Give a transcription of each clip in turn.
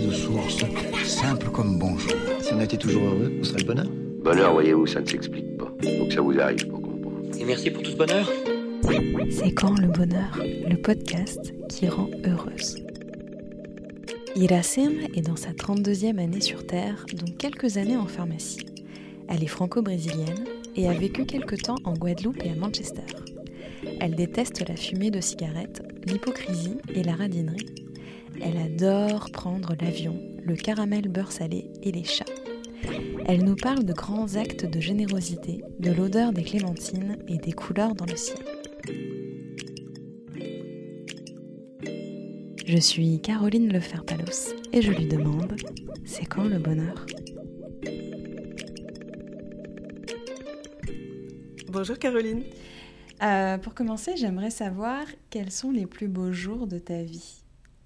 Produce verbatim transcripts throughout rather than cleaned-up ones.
de source, simple comme bonjour. Si on était toujours heureux, on serait le bonheur. Bonheur, voyez-vous, ça ne s'explique pas. Faut que ça vous arrive pour comprendre. Et merci pour tout ce bonheur. C'est quand le bonheur, le podcast qui rend heureuse. Iracema est dans sa trente-deuxième année sur Terre, dont quelques années en pharmacie. Elle est franco-brésilienne et a vécu quelque temps en Guadeloupe et à Manchester. Elle déteste la fumée de cigarettes, l'hypocrisie et la radinerie. Elle adore prendre l'avion, le caramel beurre salé et les chats. Elle nous parle de grands actes de générosité, de l'odeur des clémentines et des couleurs dans le ciel. Je suis Caroline Lefer-Palos et je lui demande « C'est quand le bonheur ?» Bonjour Caroline. Euh, pour commencer, j'aimerais savoir quels sont les plus beaux jours de ta vie.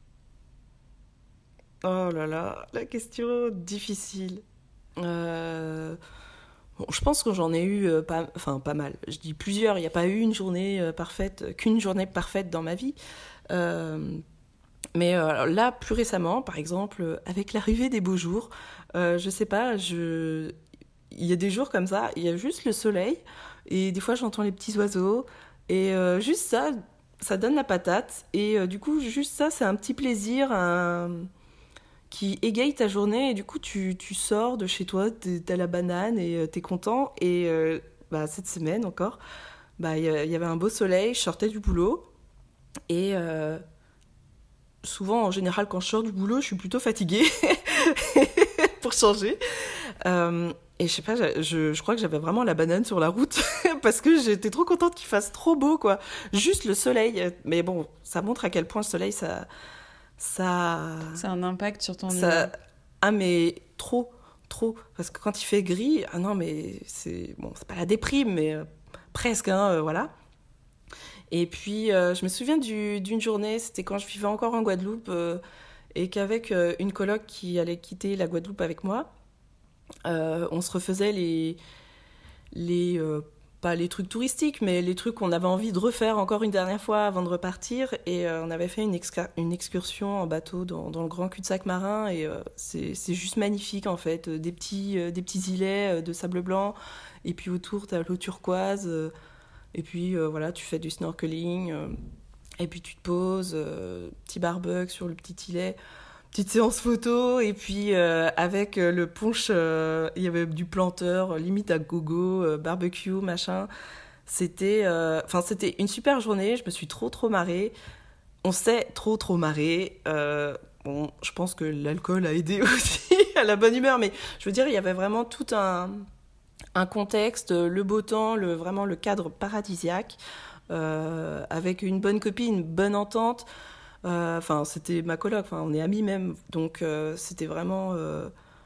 Oh là là, la question difficile. Euh... Bon, je pense que j'en ai eu euh, pas... Enfin, pas mal. Je dis plusieurs. Il n'y a pas eu une journée euh, parfaite, qu'une journée parfaite dans ma vie. Euh... Mais euh, là, plus récemment, par exemple, avec l'arrivée des beaux jours, euh, je sais pas, je... il y a des jours comme ça, il y a juste le soleil, et des fois j'entends les petits oiseaux, et euh, juste ça, ça donne la patate, et euh, du coup, juste ça, c'est un petit plaisir un... qui égaye ta journée, et du coup, tu, tu sors de chez toi, t'as la banane, et euh, t'es content, et euh, bah, cette semaine encore, bah, y, y avait un beau soleil, je sortais du boulot, et... Euh... souvent, en général, quand je sors du boulot, je suis plutôt fatiguée pour changer. Euh, et je sais pas, je, je crois que j'avais vraiment la banane sur la route parce que j'étais trop contente qu'il fasse trop beau, quoi. Juste le soleil. Mais bon, ça montre à quel point le soleil, ça... ça c'est un impact sur ton ça, humeur. Ah, mais trop, trop. Parce que quand il fait gris, ah non, mais c'est... Bon, c'est pas la déprime, mais euh, presque, hein, euh, voilà. Et puis, euh, je me souviens du, d'une journée, c'était quand je vivais encore en Guadeloupe, euh, et qu'avec euh, une coloc qui allait quitter la Guadeloupe avec moi, euh, on se refaisait les... les euh, pas les trucs touristiques, mais les trucs qu'on avait envie de refaire encore une dernière fois avant de repartir. Et euh, on avait fait une, exca- une excursion en bateau dans, dans le grand cul-de-sac marin, et euh, c'est, c'est juste magnifique, en fait. Des petits, euh, des petits îlets de sable blanc, et puis autour, t'as l'eau turquoise... Euh, Et puis, euh, voilà, tu fais du snorkeling, euh, et puis tu te poses, euh, petit barbecue sur le petit îlet, petite séance photo, et puis euh, avec euh, le punch, euh, il y avait du planteur, limite à gogo, euh, barbecue, machin. C'était, enfin, euh, c'était une super journée, je me suis trop, trop marrée. On s'est trop, trop marré. Euh, bon, je pense que l'alcool a aidé aussi à la bonne humeur, mais je veux dire, il y avait vraiment tout un... un contexte, le beau temps, le, vraiment le cadre paradisiaque, euh, avec une bonne copine, une bonne entente. Enfin, euh, c'était ma coloc, on est amis même, donc euh, c'était vraiment... Euh,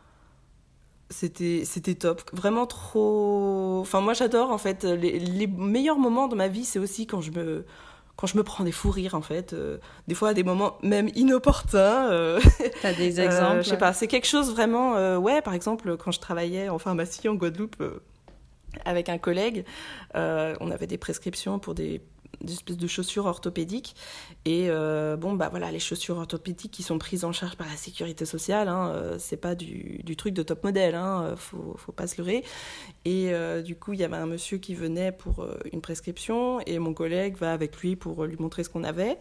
c'était, c'était top, vraiment trop... Enfin, moi j'adore, en fait, les, les meilleurs moments de ma vie, c'est aussi quand je me... quand je me prends des fous rires, en fait, euh, des fois à des moments même inopportuns. Euh, T'as des exemples? euh, Je sais pas, c'est quelque chose vraiment... Euh, ouais, par exemple, quand je travaillais en pharmacie en Guadeloupe euh, avec un collègue, euh, on avait des prescriptions pour des, des espèces de chaussures orthopédiques. Et euh, bon, bah voilà, les chaussures orthopédiques qui sont prises en charge par la sécurité sociale, hein, euh, c'est pas du, du truc de top modèle, hein, faut, faut pas se leurrer. Et euh, du coup, il y avait un monsieur qui venait pour euh, une prescription, et mon collègue va avec lui pour lui montrer ce qu'on avait.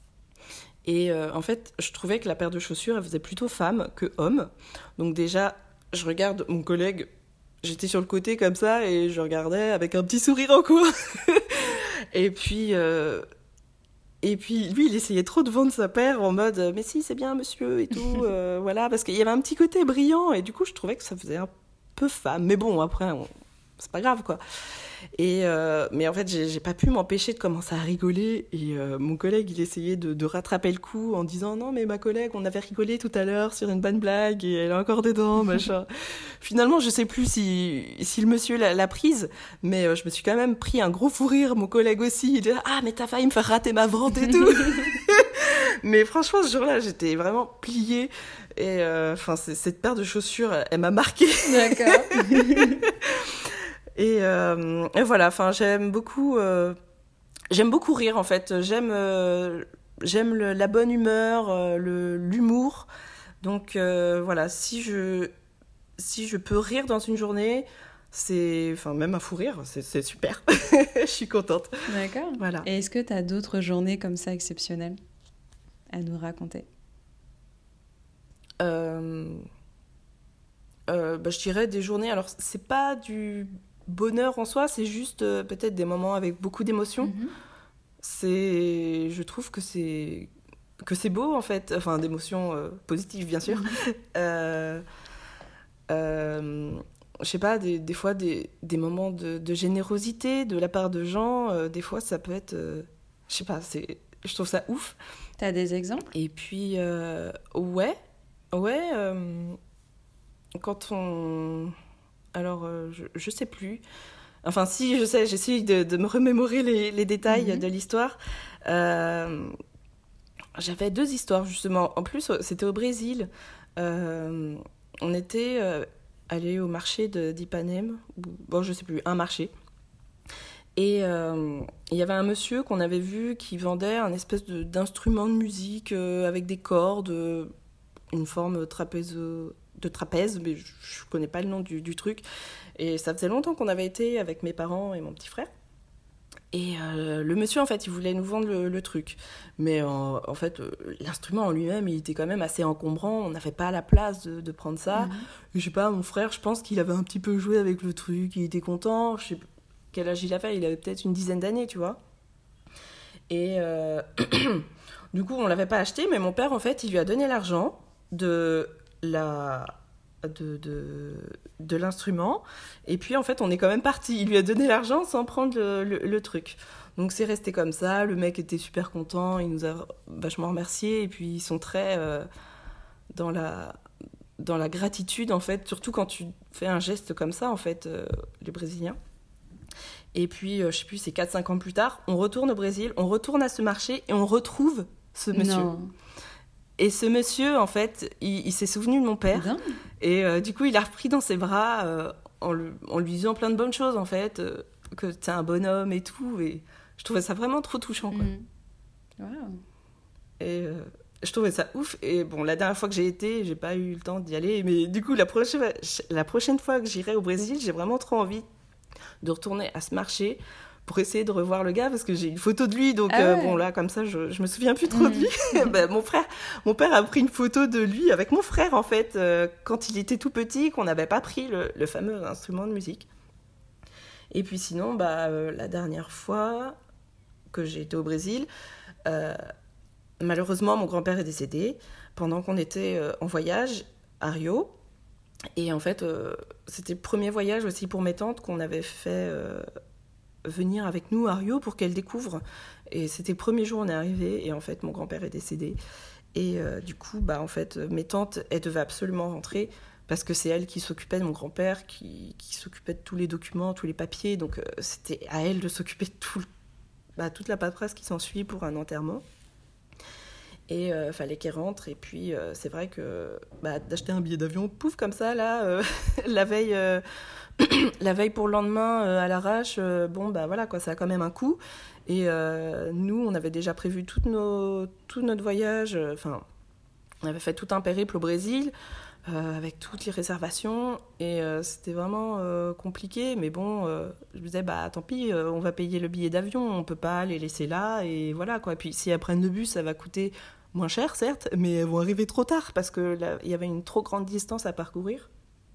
Et euh, en fait, je trouvais que la paire de chaussures, elle faisait plutôt femme que homme. Donc déjà, je regarde mon collègue, j'étais sur le côté comme ça, et je regardais avec un petit sourire en coin. Et puis... Euh, Et puis, lui, il essayait trop de vendre sa paire en mode « Mais si, c'est bien, monsieur, et tout. Euh, » Voilà, parce qu'il y avait un petit côté brillant, et du coup, je trouvais que ça faisait un peu femme. Mais bon, après, on... c'est pas grave, quoi. Et euh, mais en fait, j'ai, j'ai pas pu m'empêcher de commencer à rigoler. Et euh, mon collègue, il essayait de, de rattraper le coup en disant « Non, mais ma collègue, on avait rigolé tout à l'heure sur une bonne blague, et elle a encore des dents, machin. » Finalement, je sais plus si, si le monsieur l'a, l'a prise, mais euh, je me suis quand même pris un gros fou rire. Mon collègue aussi, il dit « Ah, mais t'as failli me faire rater ma vente et tout. » Mais franchement, ce jour-là, j'étais vraiment pliée. Et enfin, euh, cette paire de chaussures, elle, elle m'a marquée. D'accord. Et, euh, et voilà, enfin, j'aime beaucoup, euh, j'aime beaucoup rire, en fait. J'aime, euh, j'aime le, la bonne humeur, euh, le, l'humour. Donc euh, voilà, si je, si je peux rire dans une journée, c'est, enfin même un fou rire, c'est, c'est super. Je suis contente. D'accord. Voilà. Et est-ce que tu as d'autres journées comme ça exceptionnelles à nous raconter ? euh, euh, bah, Je dirais des journées, alors c'est pas du bonheur en soi, c'est juste euh, peut-être des moments avec beaucoup d'émotions. Mm-hmm. C'est, je trouve que c'est, que c'est beau en fait, enfin d'émotions euh, positives bien sûr. Mm-hmm. euh, euh, je sais pas, des, des fois des, des moments de, de générosité de la part de gens, euh, des fois ça peut être, euh, je sais pas, c'est, je trouve ça ouf. T'as des exemples ? Et puis, euh, ouais, ouais, euh, quand on... Alors, euh, je, je sais plus. Enfin, si, je sais, j'essaie de, de me remémorer les, les détails mm-hmm. de l'histoire. Euh, j'avais deux histoires, justement. En plus, c'était au Brésil. Euh, on était euh, allé au marché de, d'Ipanema. Bon, je sais plus, un marché. Et euh, il y avait un monsieur qu'on avait vu qui vendait un espèce de, d'instrument de musique euh, avec des cordes, euh, une forme trapèze, de trapèze, mais je ne connais pas le nom du, du truc. Et ça faisait longtemps qu'on avait été avec mes parents et mon petit frère. Et euh, le monsieur, en fait, il voulait nous vendre le, le truc. Mais en, en fait, euh, l'instrument en lui-même, il était quand même assez encombrant. On n'avait pas la place de, de prendre ça. Mmh. Et je sais pas, mon frère, je pense qu'il avait un petit peu joué avec le truc. Il était content. Je sais pas quel âge il avait. Il avait peut-être une dizaine d'années, tu vois. Et euh, du coup, on l'avait pas acheté. Mais mon père, en fait, il lui a donné l'argent de la... De, de, de l'instrument, et puis en fait on est quand même parti. Il lui a donné l'argent sans prendre le, le, le truc, donc c'est resté comme ça. Le mec était super content, il nous a vachement remercié, et puis ils sont très euh, dans la dans la gratitude en fait, surtout quand tu fais un geste comme ça en fait, euh, les Brésiliens. Et puis euh, je sais plus, c'est quatre cinq ans plus tard, on retourne au Brésil, on retourne à ce marché et on retrouve ce monsieur. Non. Et ce monsieur, en fait, il, il s'est souvenu de mon père. Bien. Et euh, du coup, il l'a repris dans ses bras euh, en, le, en lui disant plein de bonnes choses, en fait, euh, que t'es un bonhomme et tout. Et je trouvais ça vraiment trop touchant, quoi. Mmh. Wow. Et euh, je trouvais ça ouf. Et bon, la dernière fois que j'ai été, j'ai pas eu le temps d'y aller. Mais du coup, la prochaine, la prochaine fois que j'irai au Brésil, j'ai vraiment trop envie de retourner à ce marché pour essayer de revoir le gars, parce que j'ai une photo de lui, donc ah ouais. euh, bon là comme ça je, je me souviens plus trop mmh. de lui. ben, mon frère, mon père a pris une photo de lui avec mon frère en fait, euh, quand il était tout petit, qu'on n'avait pas pris le, le fameux instrument de musique. Et puis sinon, bah, euh, la dernière fois que j'ai été au Brésil, euh, malheureusement mon grand-père est décédé pendant qu'on était euh, en voyage à Rio. Et en fait, euh, c'était le premier voyage aussi pour mes tantes qu'on avait fait euh, venir avec nous à Rio pour qu'elle découvre. Et c'était le premier jour où on est arrivé, et en fait mon grand-père est décédé. Et euh, du coup, bah, en fait, mes tantes, elles devaient absolument rentrer parce que c'est elle qui s'occupait de mon grand-père, qui, qui s'occupait de tous les documents, tous les papiers. Donc euh, c'était à elle de s'occuper de tout, bah, toute la paperasse qui s'ensuit pour un enterrement. Et il euh, fallait qu'elle rentre. Et puis euh, c'est vrai que bah, d'acheter un billet d'avion, pouf, comme ça, là, euh, la veille... Euh, la veille pour le lendemain euh, à l'arrache, euh, bon bah voilà quoi, ça a quand même un coût. Et euh, nous, on avait déjà prévu tout, nos, tout notre voyage. Enfin, euh, on avait fait tout un périple au Brésil euh, avec toutes les réservations, et euh, c'était vraiment euh, compliqué. Mais bon, euh, je me disais bah tant pis, euh, on va payer le billet d'avion, on peut pas les laisser là, et voilà quoi. Puis si elles prennent le bus, ça va coûter moins cher certes, mais elles vont arriver trop tard parce que là, il y avait une trop grande distance à parcourir.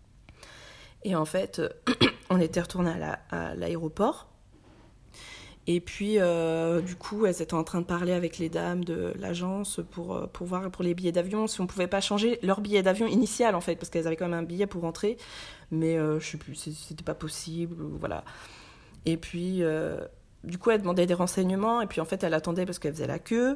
Et en fait, on était retourné à, la, à l'aéroport. Et puis, euh, du coup, elles étaient en train de parler avec les dames de l'agence pour, pour voir pour les billets d'avion, si on ne pouvait pas changer leur billet d'avion initial, en fait, parce qu'elles avaient quand même un billet pour rentrer. Mais euh, je ne sais plus, c'était pas possible, voilà. Et puis, euh, du coup, elle demandait des renseignements. Et puis, en fait, elle attendait parce qu'elle faisait la queue.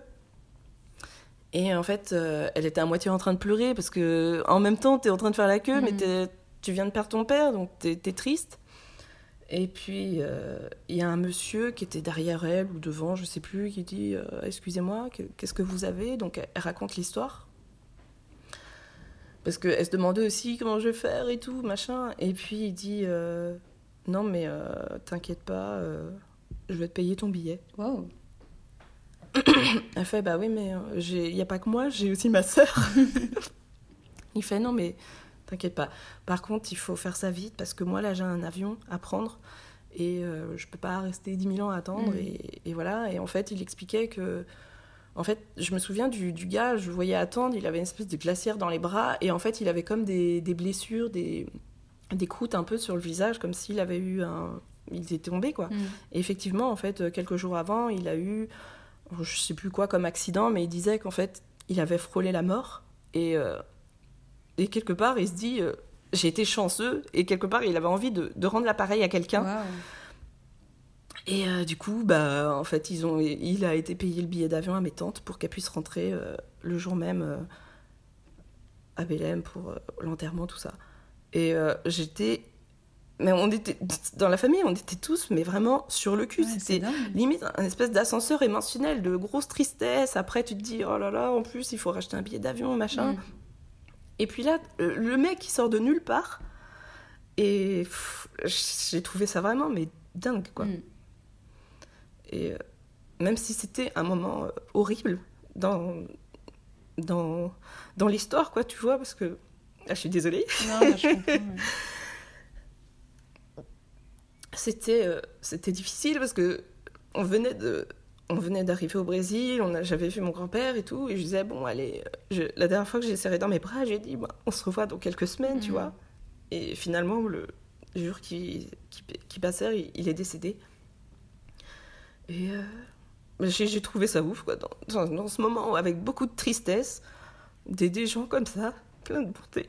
Et en fait, euh, elle était à moitié en train de pleurer parce que, en même temps, tu es en train de faire la queue, mmh. mais t'es... tu viens de perdre ton père, donc t'es, t'es triste. Et puis, il euh, y a un monsieur qui était derrière elle, ou devant, je sais plus, qui dit euh, « Excusez-moi, qu'est-ce que vous avez ?» Donc, elle, elle raconte l'histoire. Parce qu'elle se demandait aussi comment je vais faire et tout, machin. Et puis, il dit euh, « Non, mais euh, t'inquiète pas, euh, je vais te payer ton billet. » Wow. Elle fait « Bah oui, mais il n'y a pas que moi, j'ai aussi ma sœur. » Il fait non mais t'inquiète pas. Par contre, il faut faire ça vite parce que moi là j'ai un avion à prendre et euh, je peux pas rester dix mille ans à attendre. Mmh. Et, et voilà. Et en fait, il expliquait que, en fait, je me souviens du, du gars, je le voyais attendre, il avait une espèce de glacière dans les bras et en fait, il avait comme des, des blessures, des, des croûtes un peu sur le visage, comme s'il avait eu un, il était tombé quoi. Mmh. Et effectivement, en fait, quelques jours avant, il a eu, je sais plus quoi comme accident, mais il disait qu'en fait, il avait frôlé la mort et euh, et quelque part, il se dit, euh, j'ai été chanceux, et quelque part, il avait envie de, de rendre l'appareil à quelqu'un. Wow. Et euh, du coup, bah, en fait, ils ont, il a été payé le billet d'avion à mes tantes pour qu'elles puissent rentrer euh, le jour même euh, à Belém pour euh, l'enterrement, tout ça. Et euh, j'étais... Mais on était, dans la famille, on était tous, mais vraiment sur le cul. Ouais, c'était limite un espèce d'ascenseur émotionnel, de grosse tristesse. Après, tu te dis, oh là là, en plus, il faut racheter un billet d'avion, machin. Mm. Et puis là, le mec qui sort de nulle part, et pff, j'ai trouvé ça vraiment, mais dingue, quoi. Mm. Et euh, même si c'était un moment euh, horrible dans, dans, dans l'histoire, quoi, tu vois, parce que... Ah, je suis désolée. Non, bah, je comprends, ouais. C'était, euh, c'était difficile parce que on venait de, on venait d'arriver au Brésil, on a, j'avais vu mon grand-père et tout, et je disais bon allez, je, la dernière fois que j'ai serré dans mes bras, j'ai dit bah, on se revoit dans quelques semaines, mmh. tu vois. Et finalement le jour qui, qui, qui passait, il, il est décédé. Et euh, j'ai, j'ai trouvé ça ouf quoi, dans, dans, dans ce moment avec beaucoup de tristesse, d'aider des gens comme ça, plein de bonté.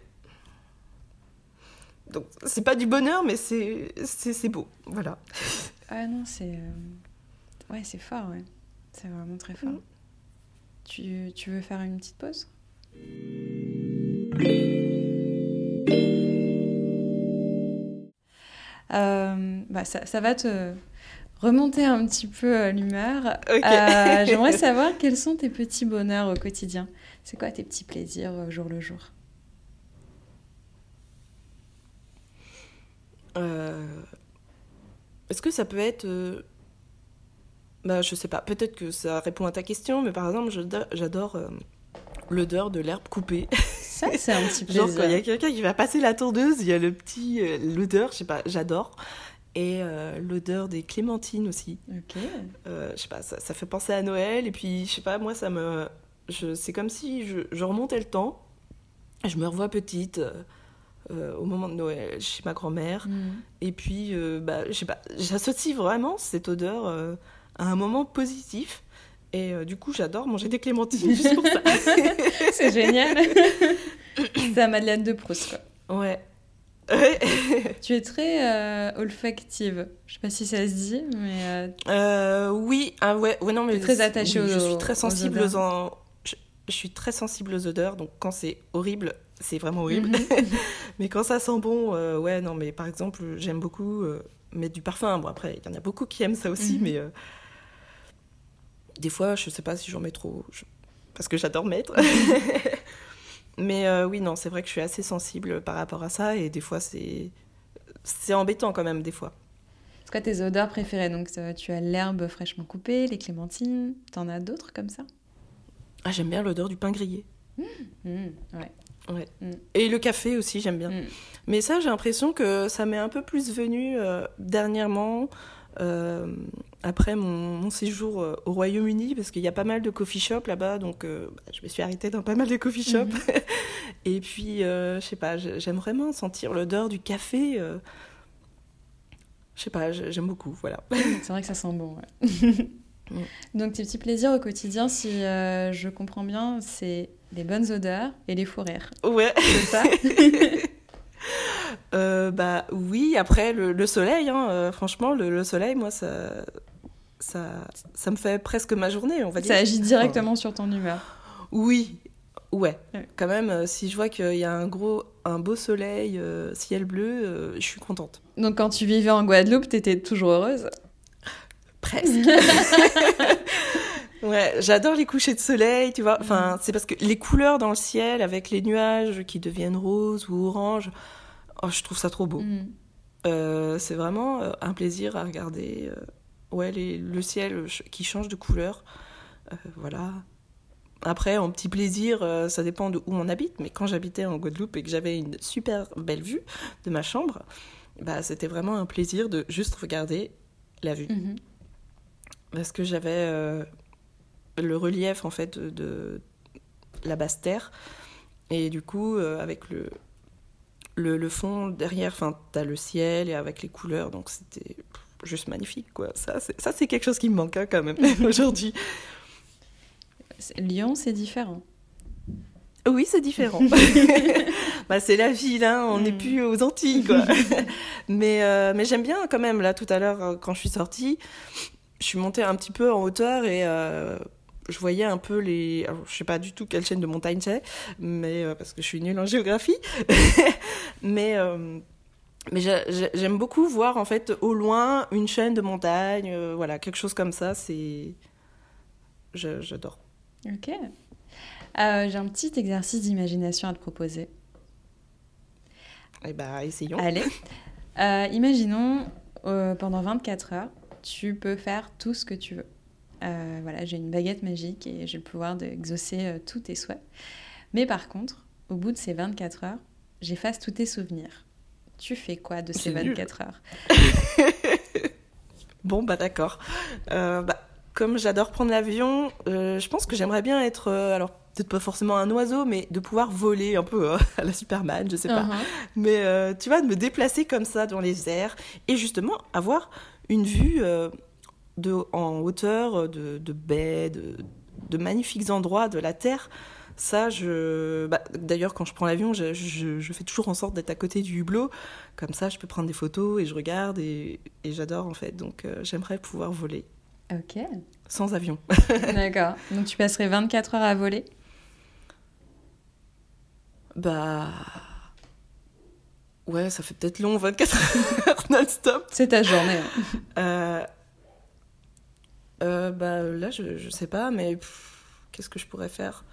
Donc, c'est pas du bonheur, mais c'est, c'est, c'est beau, voilà. Ah non, c'est... Euh... Ouais, c'est fort, ouais. C'est vraiment très fort. Mmh. Tu, tu veux faire une petite pause ? euh, bah, ça, ça va te remonter un petit peu l'humeur. Okay. Euh, j'aimerais savoir quels sont tes petits bonheurs au quotidien. C'est quoi tes petits plaisirs au jour le jour ? Euh... Est-ce que ça peut être... Euh... Bah, je sais pas, peut-être que ça répond à ta question, mais par exemple, j'adore, j'adore euh, l'odeur de l'herbe coupée. Ça, c'est un petit plaisir. Genre, quand il y a quelqu'un qui va passer la tondeuse, il y a le petit... Euh, l'odeur, je sais pas, j'adore. Et euh, l'odeur des clémentines aussi. Ok. Euh, je sais pas, ça, ça fait penser à Noël, et puis, je sais pas, moi, ça me... Je, c'est comme si je, je remontais le temps, je me revois petite... Euh, Euh, au moment de Noël chez ma grand-mère mmh. et puis euh, bah, je sais pas, j'associe vraiment cette odeur euh, à un moment positif et euh, du coup j'adore manger des clémentines juste pour ça. C'est génial. C'est la Madeleine de Proust quoi. Ouais. Tu es très euh, olfactive, je sais pas si ça se dit mais euh... Euh, oui ah ouais ouais non mais très attachée oui, aux, je suis très sensible aux, aux en... je, je suis très sensible aux odeurs donc quand c'est horrible c'est vraiment horrible. Mm-hmm. Mais quand ça sent bon, euh, ouais, non, mais par exemple, j'aime beaucoup euh, mettre du parfum. Bon, après, il y en a beaucoup qui aiment ça aussi, mm-hmm. mais euh, des fois, je sais pas si j'en mets trop, je... parce que j'adore mettre. Mais euh, oui, non, c'est vrai que je suis assez sensible par rapport à ça, et des fois, c'est, c'est embêtant quand même, des fois. C'est quoi tes odeurs préférées ? Donc, tu as l'herbe fraîchement coupée, les clémentines, t'en as d'autres comme ça ? Ah, j'aime bien l'odeur du pain grillé. Mmh. Mmh, ouais. Ouais. Mm. Et le café aussi, j'aime bien. Mm. Mais ça, j'ai l'impression que ça m'est un peu plus venu euh, dernièrement, euh, après mon, mon séjour euh, au Royaume-Uni, parce qu'il y a pas mal de coffee shops là-bas, donc euh, bah, je me suis arrêtée dans pas mal de coffee shops. Mm-hmm. Et puis, euh, je sais pas, j'aime vraiment sentir l'odeur du café. Euh, je sais pas, j'aime beaucoup, voilà. C'est vrai que ça sent bon, ouais. Mm. Donc, tes petits plaisirs au quotidien, si euh, je comprends bien, c'est des bonnes odeurs et les fous rires. Ouais. C'est ça. euh, Bah oui, après, le, le soleil, hein, euh, franchement, le, le soleil, moi, ça, ça, ça me fait presque ma journée, on va dire. Ça agit directement enfin, sur ton humeur. Oui, ouais. ouais. Quand même, euh, si je vois qu'il y a un, gros, un beau soleil, euh, ciel bleu, euh, je suis contente. Donc, quand tu vivais en Guadeloupe, t'étais toujours heureuse ? Presque. Ouais, j'adore les couchers de soleil, tu vois. Enfin, c'est parce que les couleurs dans le ciel avec les nuages qui deviennent roses ou oranges, oh, je trouve ça trop beau. Mm. Euh, c'est vraiment euh, un plaisir à regarder. Euh, ouais, les, le ciel qui change de couleur. Euh, voilà. Après, en petit plaisir, euh, ça dépend de où on habite, mais quand j'habitais en Guadeloupe et que j'avais une super belle vue de ma chambre, bah, c'était vraiment un plaisir de juste regarder la vue. Mhm. Parce que j'avais euh, le relief, en fait, de, de la basse terre. Et du coup, euh, avec le, le, le fond derrière, enfin, t'as le ciel et avec les couleurs, donc c'était juste magnifique, quoi. Ça, c'est, ça, c'est quelque chose qui me manque, hein, quand même, aujourd'hui. Lyon, c'est différent. Oui, c'est différent. Bah, c'est la ville, hein, on n'est mm. plus aux Antilles, quoi. mais, euh, mais j'aime bien quand même. Là, tout à l'heure, quand je suis sortie, je suis montée un petit peu en hauteur et euh, je voyais un peu les... Alors, je sais pas du tout quelle chaîne de montagne c'est, mais, euh, parce que je suis nulle en géographie. mais euh, mais j'ai, j'aime beaucoup voir, en fait, au loin, une chaîne de montagne. Euh, voilà, quelque chose comme ça, c'est... Je, j'adore. Ok. Euh, j'ai un petit exercice d'imagination à te proposer. Eh bien, essayons. Allez. Euh, imaginons, euh, pendant vingt-quatre heures, tu peux faire tout ce que tu veux. Euh, voilà, j'ai une baguette magique et j'ai le pouvoir d'exaucer euh, tous tes souhaits. Mais par contre, au bout de ces vingt-quatre heures, j'efface tous tes souvenirs. Tu fais quoi de ces vingt-quatre heures? Bon, bah d'accord. Euh, bah, comme j'adore prendre l'avion, euh, je pense que j'aimerais bien être... Euh, alors, peut-être pas forcément un oiseau, mais de pouvoir voler un peu euh, à la Superman, je sais pas. Uh-huh. Mais euh, tu vois, de me déplacer comme ça dans les airs et justement avoir une vue euh, de, en hauteur de, de baies, de, de magnifiques endroits de la Terre. Ça, je... Bah, d'ailleurs, quand je prends l'avion, je, je, je fais toujours en sorte d'être à côté du hublot. Comme ça, je peux prendre des photos et je regarde et, et j'adore en fait. Donc, euh, j'aimerais pouvoir voler. Ok. Sans avion. D'accord. Donc, tu passerais vingt-quatre heures à voler? Bah... Ouais, ça fait peut-être long, vingt-quatre heures non-stop. C'est ta journée. Hein. Euh... Euh, bah, là, je, je sais pas, mais pff, qu'est-ce que je pourrais faire?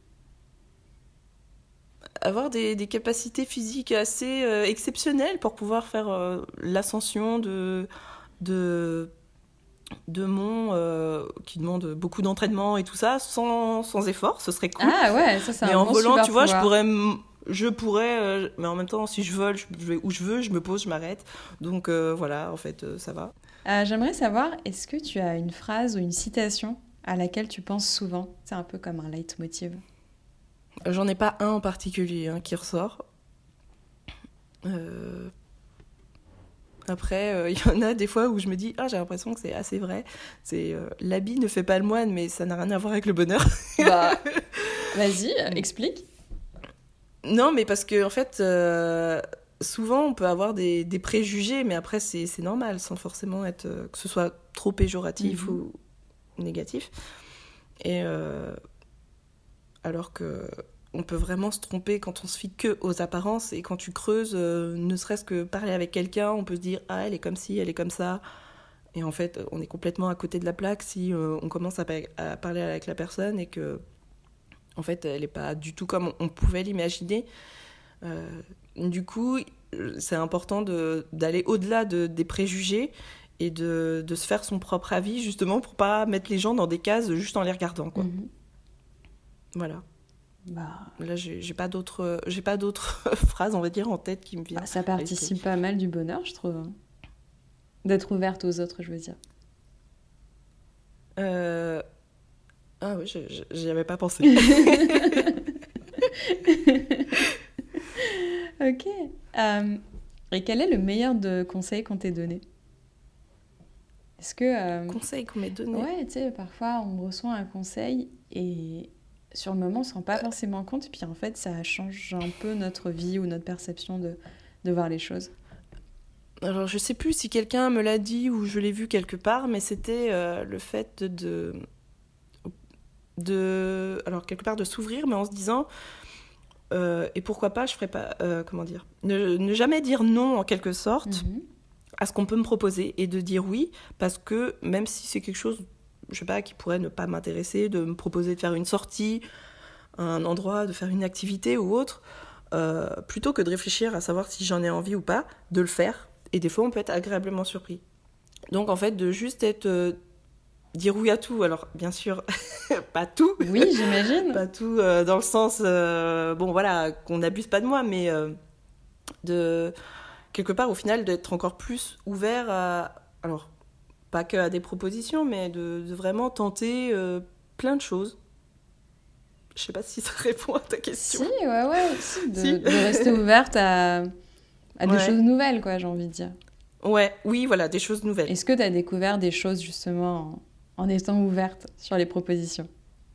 Avoir des, des capacités physiques assez euh, exceptionnelles pour pouvoir faire euh, l'ascension de, de, de monts euh, qui demandent beaucoup d'entraînement et tout ça, sans, sans effort, ce serait cool. Ah ouais, ça c'est mais un en bon volant, tu vois, pouvoir. je pourrais... M- Je pourrais, euh, mais en même temps, si je vole, je vais où je veux, je me pose, je m'arrête. Donc euh, voilà, en fait, euh, ça va. Euh, j'aimerais savoir, est-ce que tu as une phrase ou une citation à laquelle tu penses souvent? C'est un peu comme un leitmotiv. J'en ai pas un en particulier hein, qui ressort. Euh... Après, il euh, y en a des fois où je me dis « Ah, j'ai l'impression que c'est assez vrai. » C'est euh, « L'habit ne fait pas le moine, mais ça n'a rien à voir avec le bonheur. » Bah, vas-y, explique. Non, mais parce que en fait, euh, souvent on peut avoir des, des préjugés, mais après c'est, c'est normal, sans forcément être euh, que ce soit trop péjoratif mm-hmm. ou négatif. Et euh, alors que on peut vraiment se tromper quand on se fie que aux apparences et quand tu creuses, euh, ne serait-ce que parler avec quelqu'un, on peut se dire ah elle est comme ci, elle est comme ça. Et en fait, on est complètement à côté de la plaque si euh, on commence à, à parler avec la personne et que en fait, elle n'est pas du tout comme on pouvait l'imaginer. Euh, du coup, c'est important de, d'aller au-delà de, des préjugés et de, de se faire son propre avis, justement, pour ne pas mettre les gens dans des cases juste en les regardant, quoi. Mm-hmm. Voilà. Bah... Là, j'ai, j'ai pas d'autres, j'ai pas d'autres phrases, on va dire, en tête qui me viennent. Bah, ça participe pas mal du bonheur, je trouve. D'être ouverte aux autres, je veux dire. Euh... Ah oui, je, je, j'y avais pas pensé. Ok. Euh, et quel est le meilleur de conseil qu'on t'ait donné? Est-ce que... Euh... Conseil qu'on m'ait donné? Ouais, tu sais, parfois on reçoit un conseil et sur le moment on ne se rend pas euh... forcément compte, et puis en fait ça change un peu notre vie ou notre perception de, de voir les choses. Alors je sais plus si quelqu'un me l'a dit ou je l'ai vu quelque part, mais c'était euh, le fait de... de... de alors quelque part de s'ouvrir, mais en se disant euh, et pourquoi pas je ferais pas euh, comment dire ne, ne jamais dire non en quelque sorte mm-hmm. à ce qu'on peut me proposer et de dire oui parce que même si c'est quelque chose je sais pas qui pourrait ne pas m'intéresser, de me proposer de faire une sortie à un endroit, de faire une activité ou autre, euh, plutôt que de réfléchir à savoir si j'en ai envie ou pas, de le faire. Et des fois on peut être agréablement surpris. Donc en fait de juste être euh, dire oui à tout. Alors, bien sûr, pas tout. Oui, j'imagine. Pas tout euh, dans le sens, euh, bon, voilà, qu'on n'abuse pas de moi, mais euh, de, quelque part, au final, d'être encore plus ouvert à, alors, pas que à des propositions, mais de, de vraiment tenter euh, plein de choses. Je sais pas si ça répond à ta question. Si, ouais, ouais, si, de, Si. de rester ouverte à, à des Ouais. choses nouvelles, quoi, j'ai envie de dire. Ouais, oui, voilà, des choses nouvelles. Est-ce que tu as découvert des choses, justement, en, en étant ouverte sur les propositions?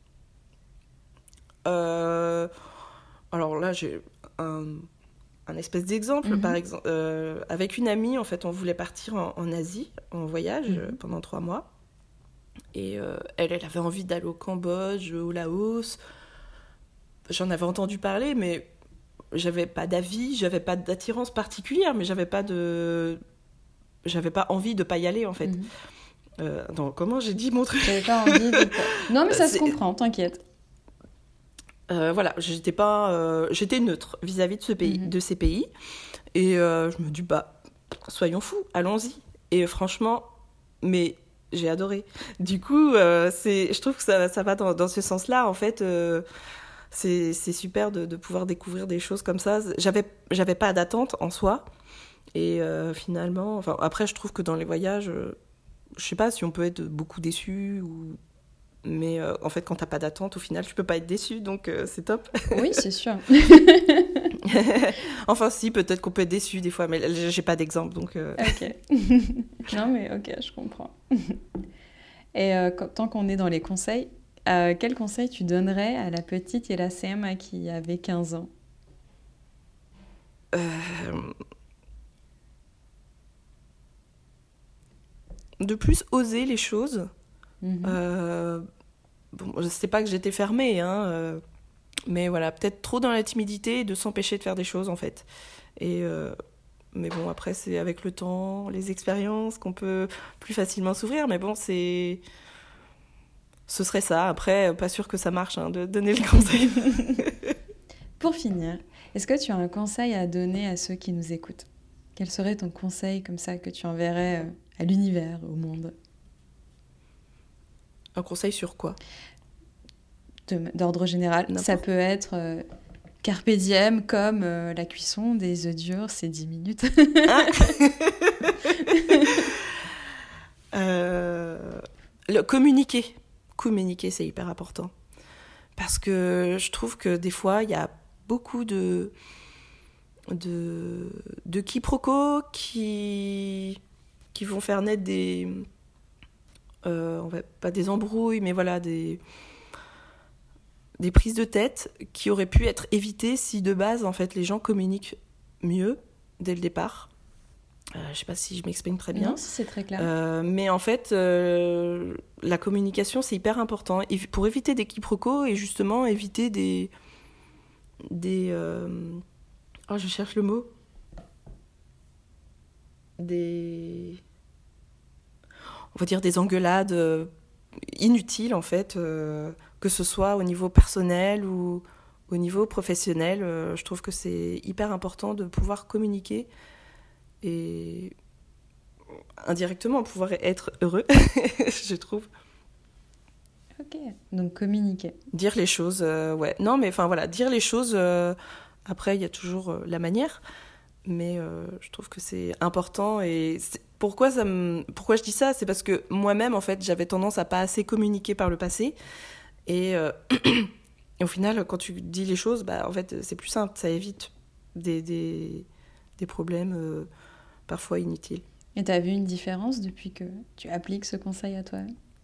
Euh, alors là, j'ai un, un espèce d'exemple. Mhm. Par exemple, euh, avec une amie, en fait, on voulait partir en, en Asie, en voyage, Mhm. euh, pendant trois mois. Et euh, elle, elle avait envie d'aller au Cambodge, au Laos. J'en avais entendu parler, mais j'avais pas d'avis, j'avais pas d'attirance particulière, mais j'avais pas de... J'avais pas envie de pas y aller, en fait. Mhm. Euh, non, comment j'ai dit mon truc? J'avais pas envie de... Non, mais ça se C'est- comprend, t'inquiète. Euh, voilà, j'étais pas, euh, j'étais neutre vis-à-vis de ce pays, Mhm. de ces pays, et euh, je me dis bah soyons fous, allons-y. Et franchement, mais j'ai adoré. Du coup, euh, c'est, je trouve que ça, ça va dans, dans ce sens-là. En fait, euh, c'est, c'est super de, de pouvoir découvrir des choses comme ça. J'avais, j'avais pas d'attente en soi, et euh, finalement, enfin après, je trouve que dans les voyages, euh, je sais pas si on peut être beaucoup déçu ou mais euh, en fait, quand t'as pas d'attente, au final, tu peux pas être déçu, donc euh, c'est top. Oui, c'est sûr. Enfin, si, peut-être qu'on peut être déçu des fois, mais j'ai pas d'exemple, donc... euh, Ok. Non, mais ok, je comprends. Et euh, quand- tant qu'on est dans les conseils, euh, quel conseil tu donnerais à la petite et la C M A qui avait quinze ans? euh, De plus oser les choses. Mhm. Euh, bon, je sais pas que j'étais fermée, hein, euh, mais voilà, peut-être trop dans la timidité et de s'empêcher de faire des choses, en fait. Et... euh, Mais bon, après, c'est avec le temps, les expériences qu'on peut plus facilement s'ouvrir. Mais bon, c'est... Ce serait ça. Après, pas sûr que ça marche, hein, de donner le conseil. Pour finir, est-ce que tu as un conseil à donner à ceux qui nous écoutent? Quel serait ton conseil comme ça que tu enverrais euh, à l'univers, au monde? Un conseil sur quoi? De- D'ordre général, N'importe. ça peut être euh, carpe diem comme euh, la cuisson des œufs durs, c'est dix minutes. Ah Euh, le communiquer. Communiquer, c'est hyper important. Parce que je trouve que des fois, il y a beaucoup de, de, de quiproquos qui, qui vont faire naître des... Euh, on va, pas des embrouilles, mais voilà, des, des prises de tête qui auraient pu être évitées si de base, en fait, les gens communiquent mieux dès le départ. Euh, je sais pas si je m'exprime très bien. Non, si, c'est très clair. Euh, mais en fait, euh, la communication, c'est hyper important. Et pour éviter des quiproquos et justement éviter des... des euh... Oh, je cherche le mot. Des... On va dire des engueulades euh, inutiles, en fait, euh, que ce soit au niveau personnel ou au niveau professionnel. Euh, je trouve que c'est hyper important de pouvoir communiquer et indirectement pouvoir être heureux, je trouve. Ok, donc communiquer. Dire les choses, euh, ouais. Non, mais enfin voilà, dire les choses, euh, après, il y a toujours euh, la manière, mais euh, je trouve que c'est important. Et c'est... Pourquoi, ça me... Pourquoi je dis ça? C'est parce que moi-même, en fait, j'avais tendance à pas assez communiquer par le passé. Et, euh... et au final, quand tu dis les choses, bah, en fait, c'est plus simple, ça évite des, des... des problèmes euh, parfois inutiles. Et tu as vu une différence depuis que tu appliques ce conseil à toi?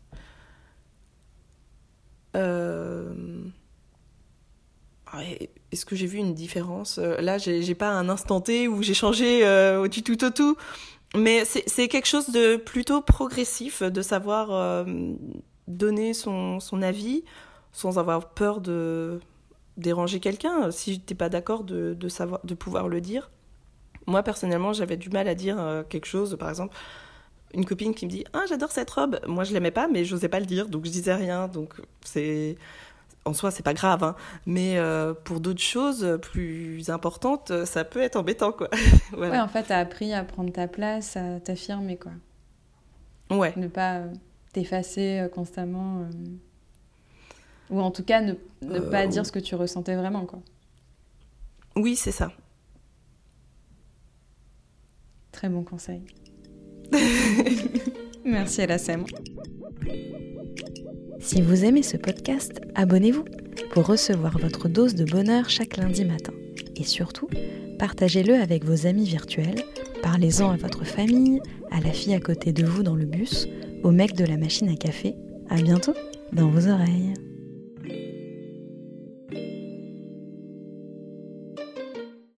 Euh... Ouais, est-ce que j'ai vu une différence? Là, j'ai, j'ai pas un instant T où j'ai changé euh, du tout au tout. Mais c'est, c'est quelque chose de plutôt progressif, de savoir euh, donner son, son avis sans avoir peur de déranger quelqu'un. Si t'es pas d'accord, de, de, savoir, de pouvoir le dire. Moi, personnellement, j'avais du mal à dire euh, quelque chose. Par exemple, une copine qui me dit « Ah, j'adore cette robe !» Moi, je l'aimais pas, mais j'osais pas le dire, donc je disais rien. Donc, c'est... En soi, c'est pas grave, hein. Mais euh, pour d'autres choses plus importantes, ça peut être embêtant, quoi. Voilà. Ouais, en fait, t'as appris à prendre ta place, à t'affirmer, quoi. Ouais. Ne pas euh, t'effacer euh, constamment euh... Ou en tout cas, ne, ne Euh, pas dire ce que tu ressentais vraiment, quoi. Oui, c'est ça. Très bon conseil. Merci Elassem. Si vous aimez ce podcast, abonnez-vous pour recevoir votre dose de bonheur chaque lundi matin. Et surtout, partagez-le avec vos amis virtuels, parlez-en à votre famille, à la fille à côté de vous dans le bus, au mec de la machine à café. À bientôt dans vos oreilles.